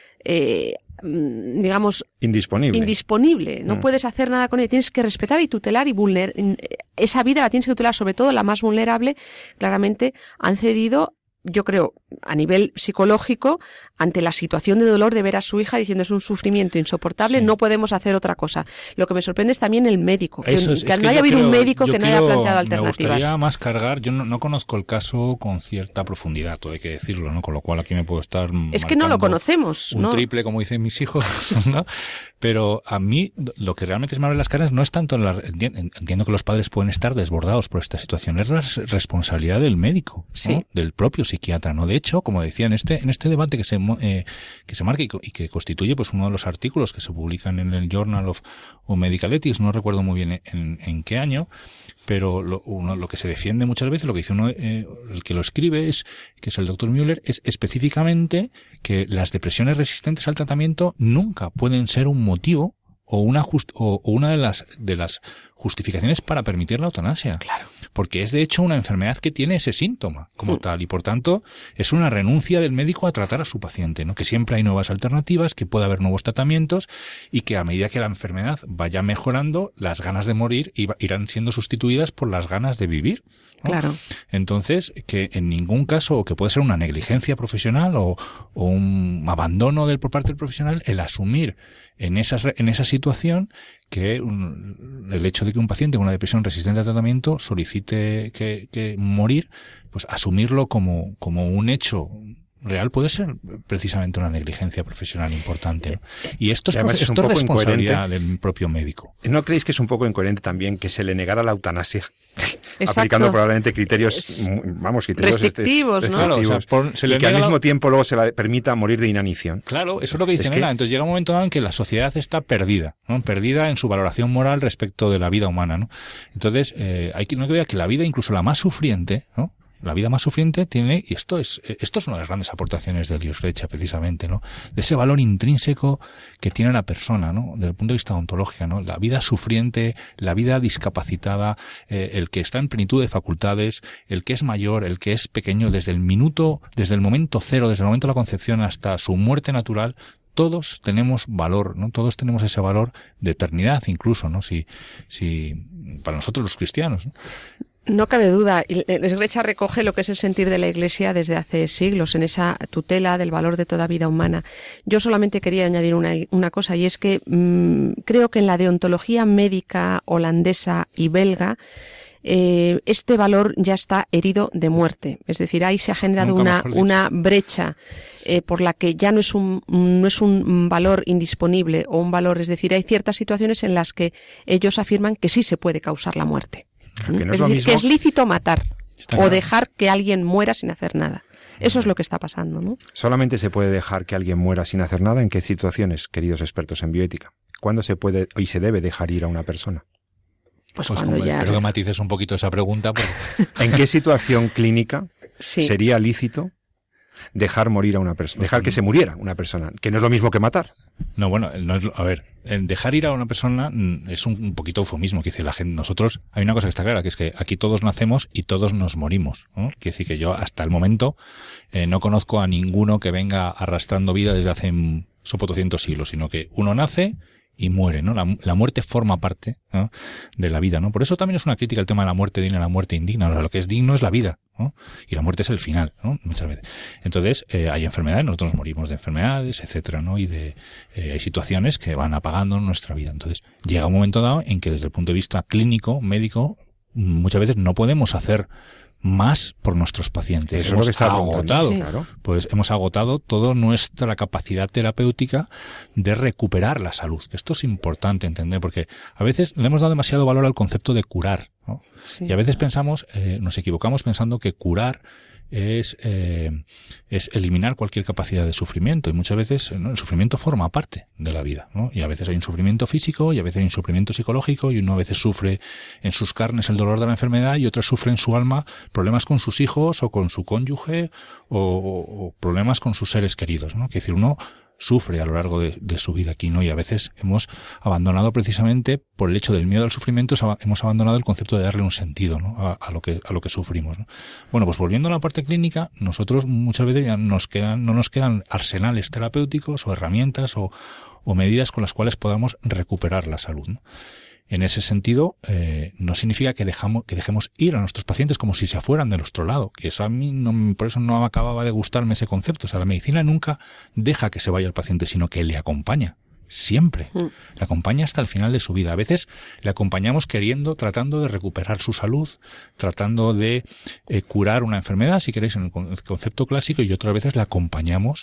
digamos, indisponible, no puedes hacer nada con ella, tienes que respetar y tutelar y vulnerar, esa vida la tienes que tutelar, sobre todo la más vulnerable, claramente han cedido, yo creo, a nivel psicológico, ante la situación de dolor de ver a su hija diciendo es un sufrimiento insoportable, no podemos hacer otra cosa. Lo que me sorprende es también el médico, que no haya habido un médico que no haya planteado alternativas. Me gustaría más cargar, yo no conozco el caso con cierta profundidad, todo hay que decirlo, ¿no? Con lo cual aquí me puedo estar es que no lo conocemos, un ¿no? triple, como dicen mis hijos, ¿no? Pero a mí lo que realmente se me abre las caras no es tanto entiendo que los padres pueden estar desbordados por esta situación, es la responsabilidad del médico, ¿no? Del propio psiquiatra, ¿no? De hecho, como decía, en este debate que se marca y que constituye pues uno de los artículos que se publican en el Journal of Medical Ethics, no recuerdo muy bien en qué año, pero lo que se defiende muchas veces, lo que dice uno, el que lo escribe que es el Dr. Müller, es específicamente que las depresiones resistentes al tratamiento nunca pueden ser un motivo o una de las justificaciones para permitir la eutanasia. Claro. Porque es de hecho una enfermedad que tiene ese síntoma como tal y por tanto es una renuncia del médico a tratar a su paciente, ¿no? Que siempre hay nuevas alternativas, que puede haber nuevos tratamientos y que a medida que la enfermedad vaya mejorando, las ganas de morir irán siendo sustituidas por las ganas de vivir, ¿no? Claro. Entonces, que en ningún caso, o que puede ser una negligencia profesional o un abandono por parte del profesional, el asumir en esa situación que el hecho de que un paciente con una depresión resistente al tratamiento solicite que morir, pues asumirlo como un hecho real puede ser precisamente una negligencia profesional importante, ¿no? Y esto es responsabilidad del propio médico. ¿No creéis que es un poco incoherente también que se le negara la eutanasia? Aplicando probablemente criterios restrictivos, ¿no? Claro, y que al mismo tiempo luego se la permita morir de inanición. Claro, eso es lo que dice Nela. Entonces llega un momento dado en que la sociedad está perdida, ¿no? Perdida en su valoración moral respecto de la vida humana, ¿no? Entonces, hay que ver que la vida, incluso la más sufriente, ¿no? La vida más sufriente tiene, y esto es una de las grandes aportaciones de Elios Reccia, precisamente, ¿no? De ese valor intrínseco que tiene la persona, ¿no? Desde el punto de vista ontológico, ¿no? La vida sufriente, la vida discapacitada, el que está en plenitud de facultades, el que es mayor, el que es pequeño, desde el momento cero, desde el momento de la concepción hasta su muerte natural, todos tenemos valor, ¿no? Todos tenemos ese valor de eternidad, incluso, ¿no? Si para nosotros los cristianos, ¿no? No cabe duda. Reccia recoge lo que es el sentir de la Iglesia desde hace siglos en esa tutela del valor de toda vida humana. Yo solamente quería añadir una cosa, y es que creo que en la deontología médica holandesa y belga este valor ya está herido de muerte. Es decir, ahí se ha generado una brecha por la que ya no es un valor indisponible o un valor. Es decir, hay ciertas situaciones en las que ellos afirman que sí se puede causar la muerte. Que no es decir, que es lícito matar o dejar que alguien muera sin hacer nada. Eso es lo que está pasando, ¿no? ¿Solamente se puede dejar que alguien muera sin hacer nada? ¿En qué situaciones, queridos expertos en bioética? ¿Cuándo se puede y se debe dejar ir a una persona? Pues cuando ya... Espero que matices un poquito esa pregunta. ¿En qué situación clínica sería lícito dejar morir a una persona? Dejar que se muriera una persona, que no es lo mismo que matar. No, bueno, dejar ir a una persona es un poquito eufemismo, que dice la gente. Nosotros, hay una cosa que está clara, que es que aquí todos nacemos y todos nos morimos, ¿no? Quiere decir que yo hasta el momento no conozco a ninguno que venga arrastrando vida desde hace 200 siglos, sino que uno nace y muere, ¿no? La muerte forma parte, ¿no?, de la vida, ¿no? Por eso también es una crítica el tema de la muerte digna y la muerte indigna. O sea, lo que es digno es la vida, ¿no? Y la muerte es el final, ¿no? Muchas veces. Entonces, hay enfermedades, nosotros morimos de enfermedades, etcétera, ¿no? Y hay situaciones que van apagando nuestra vida. Entonces, llega un momento dado en que desde el punto de vista clínico, médico, muchas veces no podemos hacer más por nuestros pacientes. Eso hemos agotado, pues hemos agotado toda nuestra capacidad terapéutica de recuperar la salud. Esto es importante entender, porque a veces le hemos dado demasiado valor al concepto de curar, ¿no? Sí. Y a veces nos equivocamos pensando que curar es eliminar cualquier capacidad de sufrimiento, y muchas veces, ¿no?, el sufrimiento forma parte de la vida, ¿no? Y a veces hay un sufrimiento físico, y a veces hay un sufrimiento psicológico, y uno a veces sufre en sus carnes el dolor de la enfermedad, y otro sufre en su alma problemas con sus hijos o con su cónyuge o problemas con sus seres queridos, ¿no? Es decir, uno sufre a lo largo de su vida aquí, ¿no? Y a veces hemos abandonado, precisamente por el hecho del miedo al sufrimiento, hemos abandonado el concepto de darle un sentido, ¿no?, a lo que sufrimos, ¿no? Bueno, pues volviendo a la parte clínica, nosotros muchas veces ya no nos quedan arsenales terapéuticos o herramientas o medidas con las cuales podamos recuperar la salud, ¿no? En ese sentido, no significa que dejemos ir a nuestros pacientes como si se fueran de nuestro lado, que eso a mí por eso no acababa de gustarme ese concepto. O sea, la medicina nunca deja que se vaya el paciente, sino que le acompaña. Siempre. Le acompaña hasta el final de su vida. A veces le acompañamos tratando de recuperar su salud, tratando de curar una enfermedad, si queréis, en el concepto clásico, y otras veces le acompañamos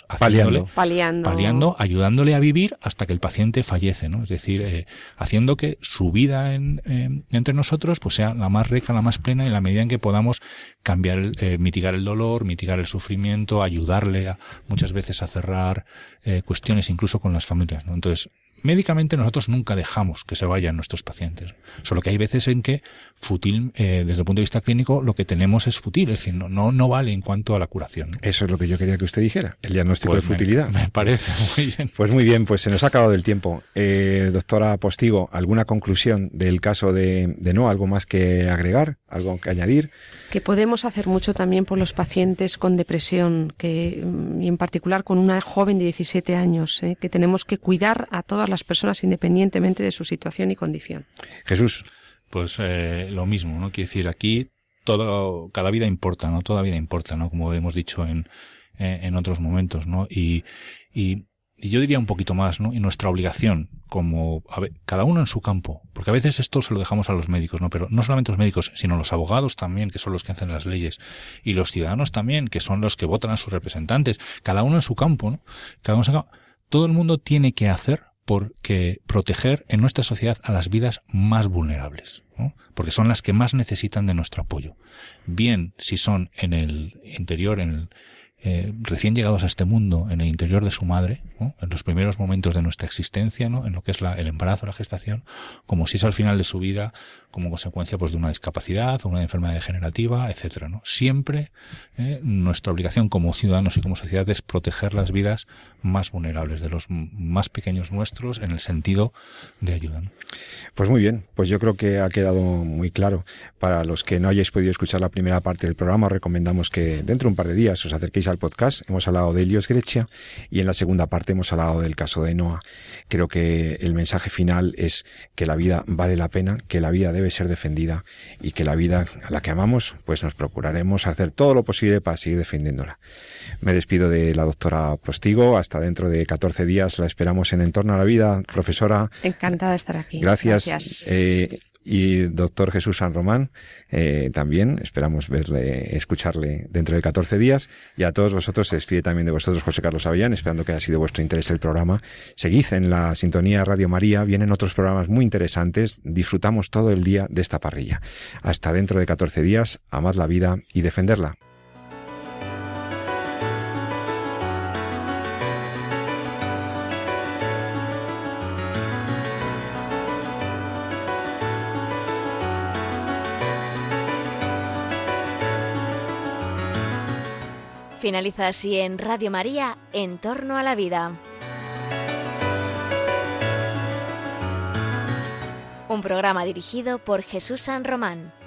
paliando, ayudándole a vivir hasta que el paciente fallece, ¿no? Es decir, haciendo que su vida entre nosotros pues sea la más rica, la más plena, en la medida en que podamos mitigar el dolor, mitigar el sufrimiento, ayudarle muchas veces a cerrar cuestiones incluso con las familias, ¿no? Entonces, médicamente nosotros nunca dejamos que se vayan nuestros pacientes. Solo que hay veces en que desde el punto de vista clínico, lo que tenemos es fútil, es decir, no vale en cuanto a la curación, ¿no? Eso es lo que yo quería que usted dijera, el diagnóstico pues de futilidad. Me parece muy bien. Pues muy bien, pues se nos ha acabado el tiempo. Doctora Postigo, ¿alguna conclusión del caso de Noa? ¿Algo más que agregar? ¿Algo que añadir? Que podemos hacer mucho también por los pacientes con depresión, y en particular con una joven de 17 años, que tenemos que cuidar a todas las personas independientemente de su situación y condición. Jesús. Pues lo mismo, ¿no? Quiero decir, aquí cada vida importa, ¿no? Toda vida importa, ¿no? Como hemos dicho en otros momentos, ¿no? Y yo diría un poquito más, ¿no? Y nuestra obligación, cada uno en su campo, porque a veces esto se lo dejamos a los médicos, ¿no? Pero no solamente los médicos, sino los abogados también, que son los que hacen las leyes, y los ciudadanos también, que son los que votan a sus representantes, cada uno en su campo, ¿no? Todo el mundo tiene que hacer porque proteger en nuestra sociedad a las vidas más vulnerables, ¿no? Porque son las que más necesitan de nuestro apoyo. Bien si son en el interior, recién llegados a este mundo, en el interior de su madre, ¿no?, en los primeros momentos de nuestra existencia, ¿no?, en lo que es el embarazo, la gestación, como si es al final de su vida, como consecuencia pues de una discapacidad o una enfermedad degenerativa, etcétera, ¿no? Siempre nuestra obligación como ciudadanos y como sociedad es proteger las vidas más vulnerables, de los más pequeños nuestros, en el sentido de ayuda, ¿no? Pues muy bien, pues yo creo que ha quedado muy claro. Para los que no hayáis podido escuchar la primera parte del programa, os recomendamos que dentro de un par de días os acerquéis al podcast. Hemos hablado de Helios Grecia y en la segunda parte hemos hablado del caso de Noa. Creo que el mensaje final es que la vida vale la pena, que la vida debe ser defendida y que la vida a la que amamos, pues nos procuraremos hacer todo lo posible para seguir defendiéndola. Me despido de la doctora Postigo. Hasta dentro de 14 días la esperamos en Entorno a la Vida. Profesora. Encantada de estar aquí. Gracias. Y doctor Jesús San Román, también esperamos escucharle dentro de 14 días. Y a todos vosotros se despide también de vosotros José Carlos Avellán, esperando que haya sido vuestro interés el programa. Seguid en la sintonía Radio María, vienen otros programas muy interesantes, disfrutamos todo el día de esta parrilla. Hasta dentro de 14 días, amad la vida y defenderla. Finaliza así en Radio María, En torno a la vida. Un programa dirigido por Jesús San Román.